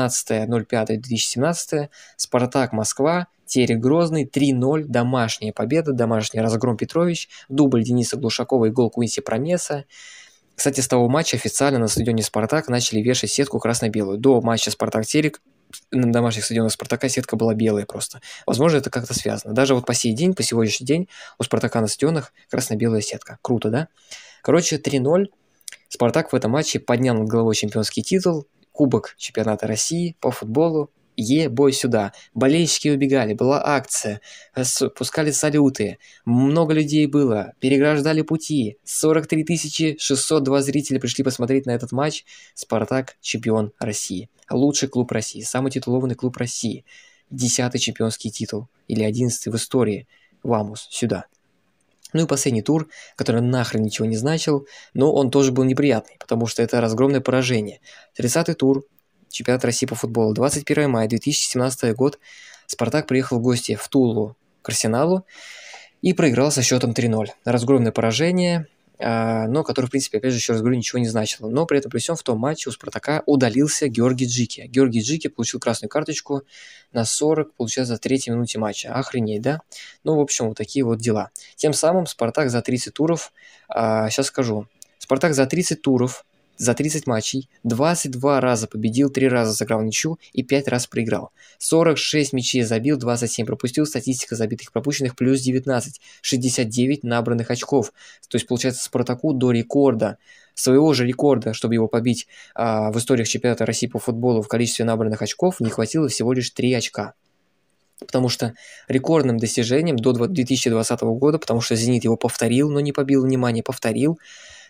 17.05.2017, «Спартак» Москва, Терек Грозный, 3-0, домашняя победа, домашний разгром Петрович, дубль Дениса Глушакова и гол Квинси Промеса. Кстати, с того матча официально на стадионе «Спартак» начали вешать сетку красно-белую. До матча «Спартак-Терек» на домашних стадионах «Спартака» сетка была белая просто. Возможно, это как-то связано. Даже вот по сегодняшний день у «Спартака» на стадионах красно-белая сетка. Круто, да? 3-0. «Спартак» в этом матче поднял над головой чемпионский титул, кубок чемпионата России по футболу. Бой сюда. Болельщики убегали, была акция, пускали салюты, много людей было, переграждали пути. 43 602 зрителя пришли посмотреть на этот матч. «Спартак» – чемпион России. Лучший клуб России, самый титулованный клуб России. 10-й чемпионский титул или 11-й в истории. Вамус, сюда. Ну и последний тур, который нахрен ничего не значил, но он тоже был неприятный, потому что это разгромное поражение. 30-й тур, чемпионат России по футболу, 21 мая 2017 год. «Спартак» приехал в гости в Тулу к «Арсеналу» и проиграл со счетом 3-0. Разгромное поражение, но который, в принципе, опять же, еще раз говорю, ничего не значило. Но при этом, при всем, в том матче у «Спартака» удалился Георгий Джики. Георгий Джики получил красную карточку на 40, получается, в 3-й минуте матча. Охренеть, да? Ну, в общем, вот такие вот дела. Тем самым «Спартак» за 30 туров, сейчас скажу, «Спартак» за 30 туров, за 30 матчей 22 раза победил, 3 раза сыграл ничью и 5 раз проиграл. 46 мячей забил, 27 пропустил, статистика забитых и пропущенных плюс 19, 69 набранных очков. То есть, получается, «Спартаку» до рекорда, своего же рекорда, чтобы его побить в историях чемпионата России по футболу в количестве набранных очков, не хватило всего лишь 3 очка. Потому что рекордным достижением до 2020 года, потому что «Зенит» его повторил, но не побил, внимание, повторил,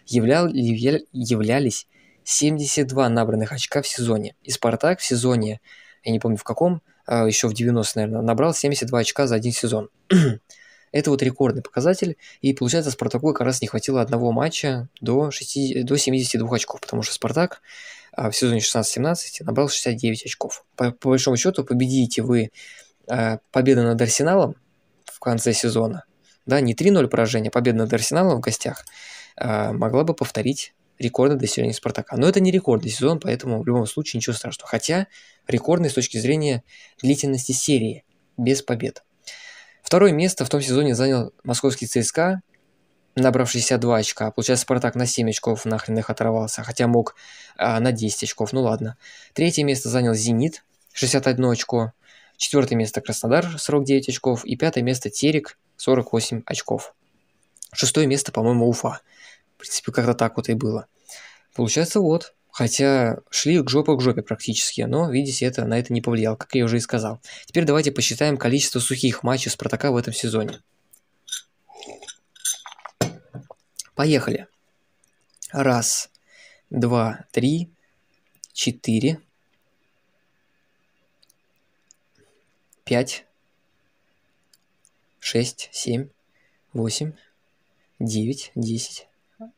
являлись 72 набранных очка в сезоне. И «Спартак» в сезоне, я не помню в каком, еще в 90, наверное, набрал 72 очка за один сезон. Это вот рекордный показатель, и получается, «Спартаку» как раз не хватило одного матча до 72 очков, потому что «Спартак» в сезоне 16-17 набрал 69 очков. По большому счету, победите вы победа над «Арсеналом» в конце сезона, да, не 3-0 поражение, победа над «Арсеналом» в гостях, могла бы повторить рекордное достижение «Спартака». Но это не рекордный сезон, поэтому в любом случае ничего страшного. Хотя рекордный с точки зрения длительности серии, без побед. Второе место в том сезоне занял московский ЦСКА, набрав 62 очка. Получается, «Спартак» на 7 очков нахрен их оторвался, хотя мог на 10 очков, ну ладно. Третье место занял «Зенит», 61 очко. Четвертое место Краснодар, 49 очков. И пятое место Терек, 48 очков. Шестое место, по-моему, Уфа. В принципе, как-то так вот и было. Получается, вот. Хотя шли к жопе практически, но, видите, это на это не повлияло, как я уже и сказал. Теперь давайте посчитаем количество сухих матчей «Спартака» в этом сезоне. Поехали. 1, 2, 3, 4, 5, 6, 7, 8, 9, 10,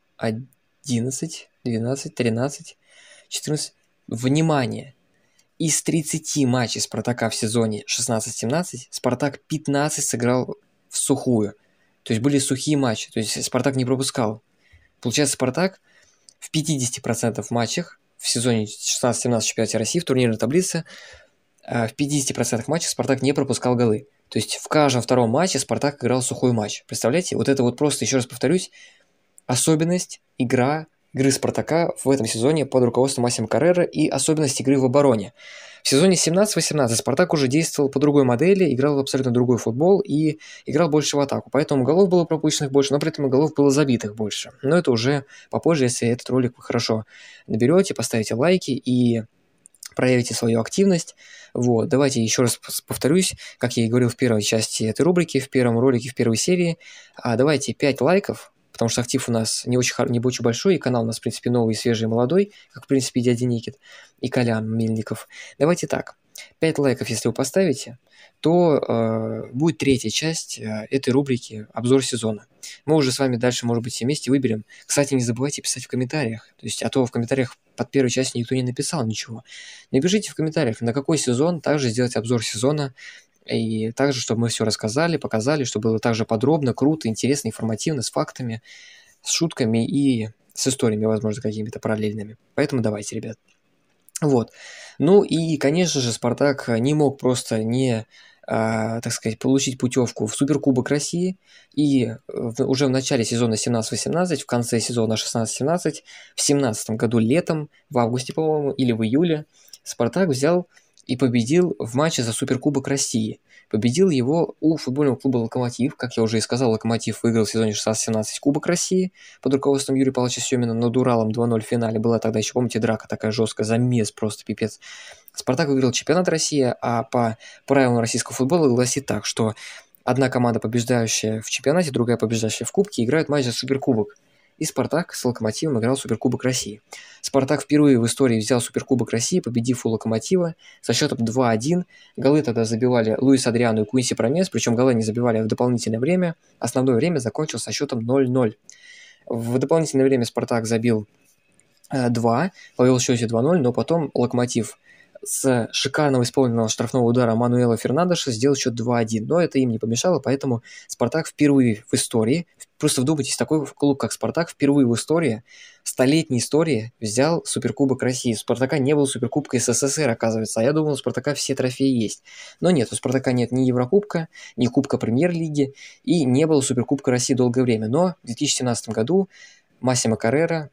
11, 12, 13, 14. Внимание! Из 30 матчей «Спартака» в сезоне 16-17 «Спартак» 15 сыграл в сухую. То есть были сухие матчи, то есть «Спартак» не пропускал. Получается, «Спартак» в 50% матчах в сезоне 16-17 чемпионате России в турнирной таблице в 50% матчах «Спартак» не пропускал голы. То есть в каждом втором матче «Спартак» играл сухой матч. Представляете? Вот это вот просто, еще раз повторюсь, особенность игры «Спартака» в этом сезоне под руководством Массимо Каррера и особенность игры в обороне. В сезоне 17-18 «Спартак» уже действовал по другой модели, играл в абсолютно другой футбол и играл больше в атаку. Поэтому голов было пропущенных больше, но при этом и голов было забитых больше. Но это уже попозже, если этот ролик вы хорошо наберете, поставите лайки и проявите свою активность. Вот, давайте еще раз повторюсь, как я и говорил в первой части этой рубрики, в первом ролике, в первой серии. Давайте 5 лайков, потому что актив у нас не очень большой, и канал у нас, в принципе, новый, свежий, молодой, как, в принципе, дядя Никит и Колян Мельников. Давайте так, 5 лайков, если вы поставите, то будет третья часть этой рубрики «Обзор сезона». Мы уже с вами дальше, может быть, все вместе выберем. Кстати, не забывайте писать в комментариях, то есть, а то в комментариях под первой частью никто не написал ничего. Напишите в комментариях, на какой сезон также сделать обзор сезона, и также, чтобы мы все рассказали, показали, чтобы было также подробно, круто, интересно, информативно, с фактами, с шутками и с историями, возможно, какими-то параллельными. Поэтому давайте, ребят. Вот. Ну и, конечно же, «Спартак» не мог просто не, так сказать, получить путевку в Суперкубок России. И уже в начале сезона 17-18, в конце сезона 16-17, в 2017 году летом, в августе, по-моему, или в июле, «Спартак» взял и победил в матче за Суперкубок России. Победил его у футбольного клуба «Локомотив». Как я уже и сказал, «Локомотив» выиграл в сезоне 16-17 Кубок России под руководством Юрия Павловича Семина над Уралом 2-0 в финале. Была тогда еще, помните, драка такая жесткая, замес просто пипец. Спартак выиграл чемпионат России, а по правилам российского футбола гласит так, что одна команда, побеждающая в чемпионате, другая, побеждающая в кубке, играют матч за суперкубок. И Спартак с Локомотивом играл Суперкубок России. Спартак впервые в истории взял Суперкубок России, победив у Локомотива со счетом 2-1. Голы тогда забивали Луис Адриано и Куинси Промес, причем голы не забивали в дополнительное время. Основное время закончилось со счетом 0-0. В дополнительное время Спартак забил 2, повел в счете 2-0, но потом Локомотив с шикарного исполненного штрафного удара Мануэла Фернандеша сделал счет 2-1, но это им не помешало, поэтому Спартак впервые в истории, просто вдумайтесь, такой клуб, как Спартак, впервые в истории, столетней истории взял Суперкубок России. У Спартака не было Суперкубка СССР, оказывается, а я думал, у Спартака все трофеи есть. Но нет, у Спартака нет ни Еврокубка, ни Кубка Премьер-лиги, и не было Суперкубка России долгое время. Но в 2017 году Массимо Каррера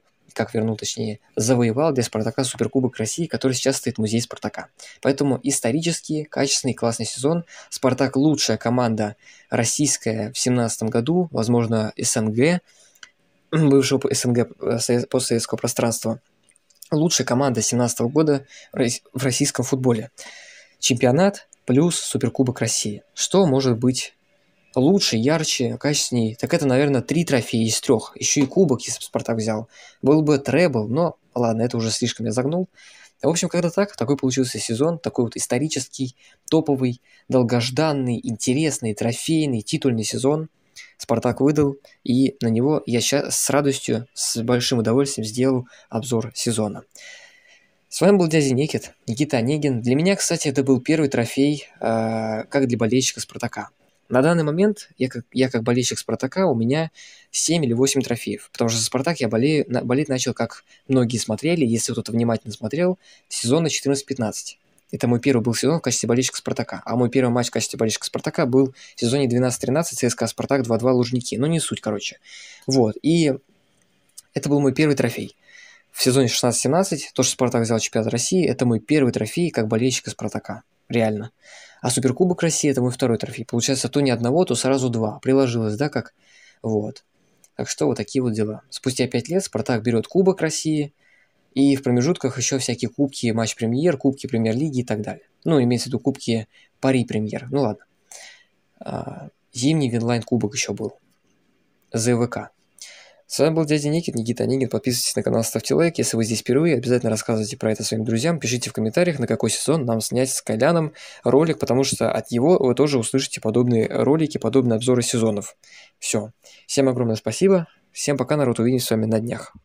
завоевал для Спартака Суперкубок России, который сейчас стоит в музее Спартака. Поэтому исторический, качественный, классный сезон. Спартак лучшая команда российская в 2017 году, возможно, СНГ, бывшего СНГ, постсоветского пространства. Лучшая команда 2017 года в российском футболе. Чемпионат плюс Суперкубок России. Что может быть лучше, ярче, качественней? Так это, наверное, 3 трофея из 3. Еще и кубок, если бы Спартак взял. Был бы требл, но ладно, это уже слишком я загнул. В общем, когда так, такой получился сезон, такой вот исторический, топовый, долгожданный, интересный, трофейный, титульный сезон Спартак выдал, и на него я сейчас с радостью, с большим удовольствием сделал обзор сезона. С вами был дядя Никит, Никита Онегин. Для меня, кстати, это был первый трофей, как для болельщика Спартака. На данный момент я как болельщик Спартака, у меня 7 или 8 трофеев, потому что за Спартак я болеть начал, как многие смотрели, если кто-то внимательно смотрел, сезона 14-15. Это мой первый был сезон в качестве болельщика Спартака, а мой первый матч в качестве болельщика Спартака был в сезоне 12-13, ЦСКА Спартак 2-2 Лужники, но не суть, короче. Вот, и это был мой первый трофей. В сезоне 16-17, то, что Спартак взял чемпионат России, это мой первый трофей как болельщика Спартака, реально. А Суперкубок России – это мой второй трофей. Получается, то не одного, то сразу 2. Приложилось, да, как? Вот. Так что вот такие вот дела. Спустя 5 лет Спартак берет Кубок России, и в промежутках еще всякие кубки матч-премьер, кубки Премьер-лиги и так далее. Ну, имеется в виду кубки Пари-премьер. Ну ладно. Зимний Винлайн-кубок еще был. ЗВК. С вами был дядя Никит, Никита Онегин. Подписывайтесь на канал, ставьте лайк. Если вы здесь впервые, обязательно рассказывайте про это своим друзьям. Пишите в комментариях, на какой сезон нам снять с Коляном ролик, потому что от него вы тоже услышите подобные ролики, подобные обзоры сезонов. Все. Всем огромное спасибо. Всем пока, народ. Увидимся с вами на днях.